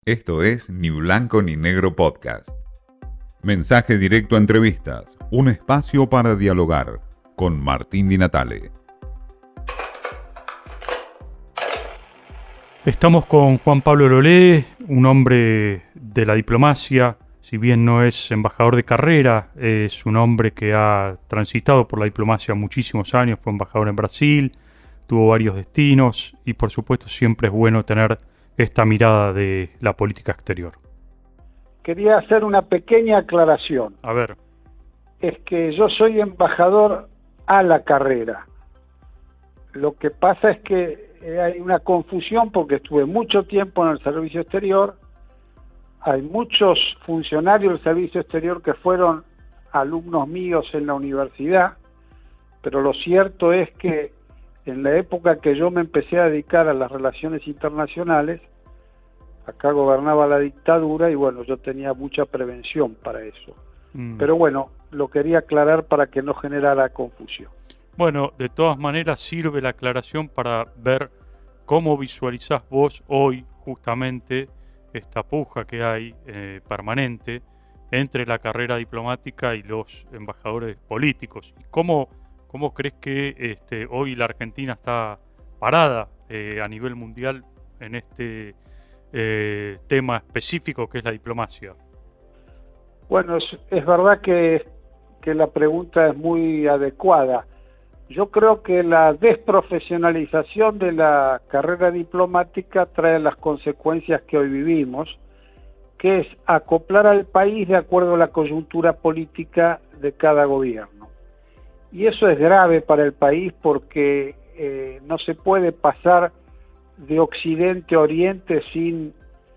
Esto es Ni Blanco ni Negro Podcast. Mensaje directo a entrevistas, un espacio para dialogar con Martín Di Natale. Estamos con Juan Pablo Lolé, un hombre de la diplomacia. Si bien no es embajador de carrera, es un hombre que ha transitado por la diplomacia muchísimos años, fue embajador en Brasil, tuvo varios destinos y por supuesto siempre es bueno tener esta mirada de la política exterior. Quería hacer una pequeña aclaración. A ver. Es que yo soy embajador a la carrera. Lo que pasa es que hay una confusión porque estuve mucho tiempo en el servicio exterior. Hay muchos funcionarios del servicio exterior que fueron alumnos míos en la universidad, pero lo cierto es que en la época que yo me empecé a dedicar a las relaciones internacionales, acá gobernaba la dictadura y bueno, yo tenía mucha prevención para eso. Pero bueno, lo quería aclarar para que no generara confusión. Bueno, de todas maneras sirve la aclaración para ver cómo visualizás vos hoy justamente esta puja que hay permanente entre la carrera diplomática y los embajadores políticos. ¿Y cómo crees que hoy la Argentina está parada a nivel mundial en este tema específico que es la diplomacia? Bueno, es verdad que la pregunta es muy adecuada. Yo creo que la desprofesionalización de la carrera diplomática trae las consecuencias que hoy vivimos, que es acoplar al país de acuerdo a la coyuntura política de cada gobierno. Y eso es grave para el país porque no se puede pasar de Occidente a Oriente sin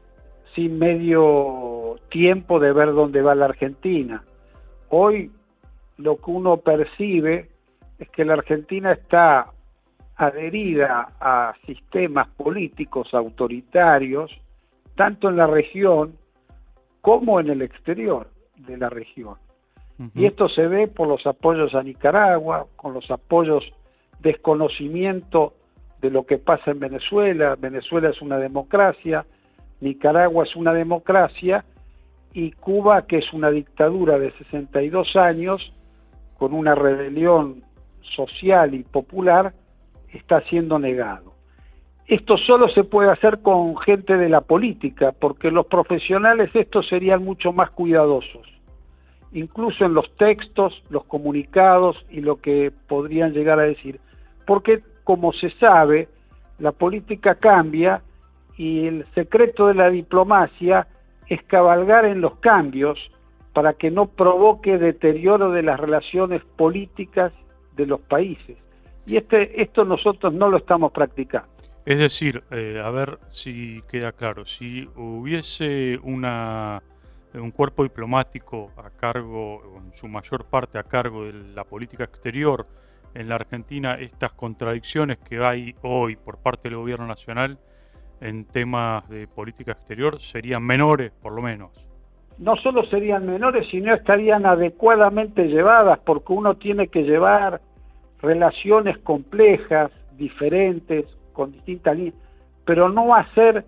medio tiempo de ver dónde va la Argentina. Hoy lo que uno percibe es que la Argentina está adherida a sistemas políticos autoritarios, tanto en la región como en el exterior de la región. Y esto se ve por los apoyos a Nicaragua, con los apoyos desconocimiento de lo que pasa en Venezuela. Venezuela es una democracia, Nicaragua es una democracia, y Cuba, que es una dictadura de 62 años, con una rebelión social y popular, está siendo negado. Esto solo se puede hacer con gente de la política, porque los profesionales estos serían mucho más cuidadosos, incluso en los textos, los comunicados y lo que podrían llegar a decir, porque como se sabe, la política cambia y el secreto de la diplomacia es cabalgar en los cambios para que no provoque deterioro de las relaciones políticas de los países. Y esto nosotros no lo estamos practicando. Es decir, a ver si queda claro, si hubiese un cuerpo diplomático a cargo, en su mayor parte a cargo de la política exterior en la Argentina, estas contradicciones que hay hoy por parte del gobierno nacional en temas de política exterior serían menores, por lo menos. No solo serían menores, sino estarían adecuadamente llevadas, porque uno tiene que llevar relaciones complejas, diferentes, con distintas líneas, pero no hacer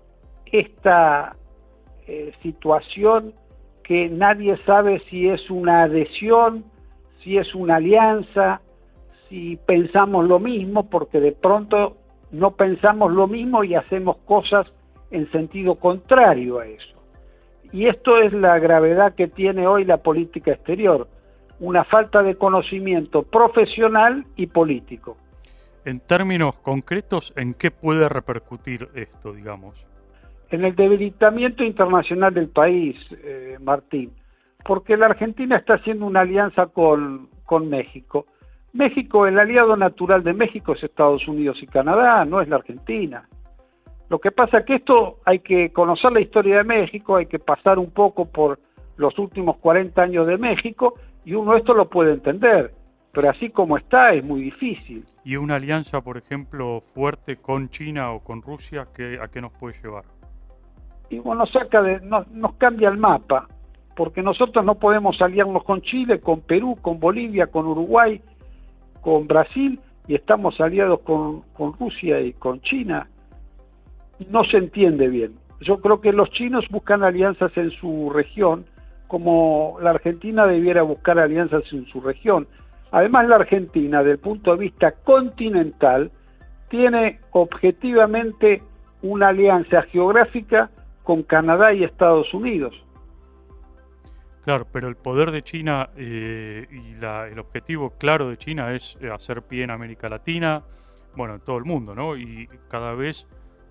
esta situación que nadie sabe si es una adhesión, si es una alianza, si pensamos lo mismo, porque de pronto no pensamos lo mismo y hacemos cosas en sentido contrario a eso. Y esto es la gravedad que tiene hoy la política exterior, una falta de conocimiento profesional y político. En términos concretos, ¿en qué puede repercutir esto, digamos? En el debilitamiento internacional del país, Martín, porque la Argentina está haciendo una alianza con México. México, el aliado natural de México es Estados Unidos y Canadá, no es la Argentina. Lo que pasa es que esto hay que conocer la historia de México, hay que pasar un poco por los últimos 40 años de México y uno esto lo puede entender, pero así como está es muy difícil. ¿Y una alianza, por ejemplo, fuerte con China o con Rusia, a qué nos puede llevar? Y bueno, nos cambia el mapa, porque nosotros no podemos aliarnos con Chile, con Perú, con Bolivia, con Uruguay, con Brasil, y estamos aliados con Rusia y con China. No se entiende bien. yo creo que los chinos buscan alianzas en su región, como la Argentina debiera buscar alianzas en su región. Además, la Argentina, desde el punto de vista continental, tiene objetivamente una alianza geográfica con Canadá y Estados Unidos. Claro, pero el poder de China el objetivo claro de China es hacer pie en América Latina, bueno, en todo el mundo, ¿no? Y cada vez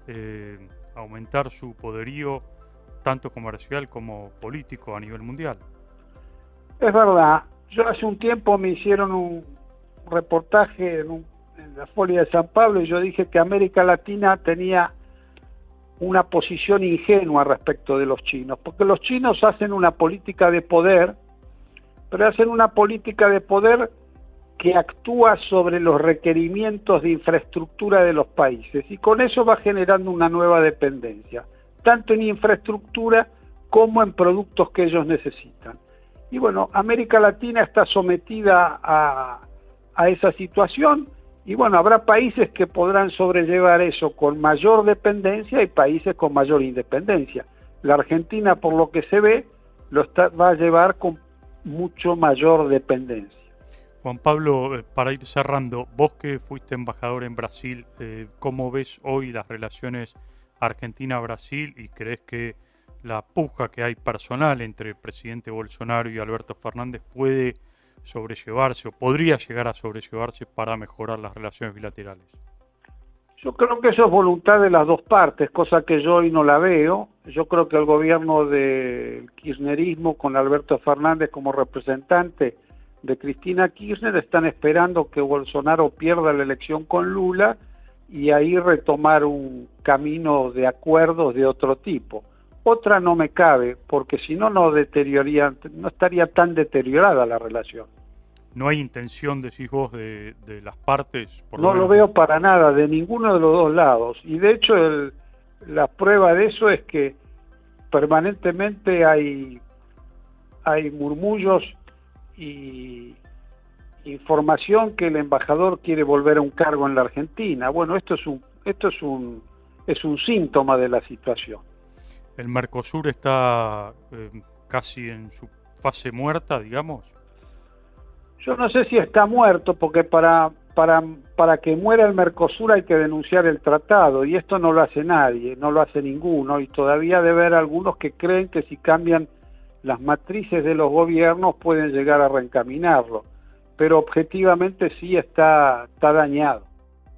aumentar su poderío, tanto comercial como político a nivel mundial. Es verdad. Yo hace un tiempo me hicieron un reportaje en la Folia de San Pablo y yo dije que América Latina tenía una posición ingenua respecto de los chinos, porque los chinos hacen una política de poder, pero hacen una política de poder que actúa sobre los requerimientos de infraestructura de los países, y con eso va generando una nueva dependencia, tanto en infraestructura como en productos que ellos necesitan. Y bueno, América Latina está sometida a esa situación, y bueno, habrá países que podrán sobrellevar eso con mayor dependencia y países con mayor independencia. La Argentina, por lo que se ve, va a llevar con mucho mayor dependencia. Juan Pablo, para ir cerrando, vos que fuiste embajador en Brasil, ¿cómo ves hoy las relaciones Argentina-Brasil y crees que la puja que hay personal entre el presidente Bolsonaro y Alberto Fernández puede sobrellevarse o podría llegar a sobrellevarse para mejorar las relaciones bilaterales? Yo creo que eso es voluntad de las dos partes, cosa que yo hoy no la veo. Yo creo que el gobierno del kirchnerismo, con Alberto Fernández como representante de Cristina Kirchner, están esperando que Bolsonaro pierda la elección con Lula y ahí retomar un camino de acuerdos de otro tipo. Otra no me cabe, porque si no, no estaría tan deteriorada la relación. ¿No hay intención, decís vos, de las partes? No lo veo para nada, de ninguno de los dos lados. Y de hecho, la prueba de eso es que permanentemente hay murmullos y información que el embajador quiere volver a un cargo en la Argentina. Bueno, esto es un síntoma de la situación. ¿El Mercosur está casi en su fase muerta, digamos? Yo no sé si está muerto, porque para que muera el Mercosur hay que denunciar el tratado, y esto no lo hace nadie, no lo hace ninguno, y todavía debe haber algunos que creen que si cambian las matrices de los gobiernos pueden llegar a reencaminarlo, pero objetivamente sí está dañado.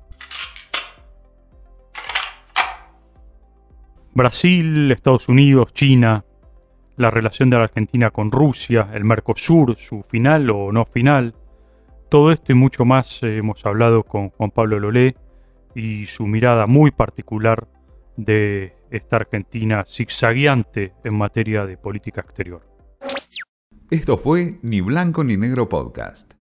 Brasil, Estados Unidos, China, la relación de la Argentina con Rusia, el Mercosur, su final o no final, todo esto y mucho más hemos hablado con Juan Pablo Lolé y su mirada muy particular de esta Argentina zigzagueante en materia de política exterior. Esto fue Ni Blanco ni Negro Podcast.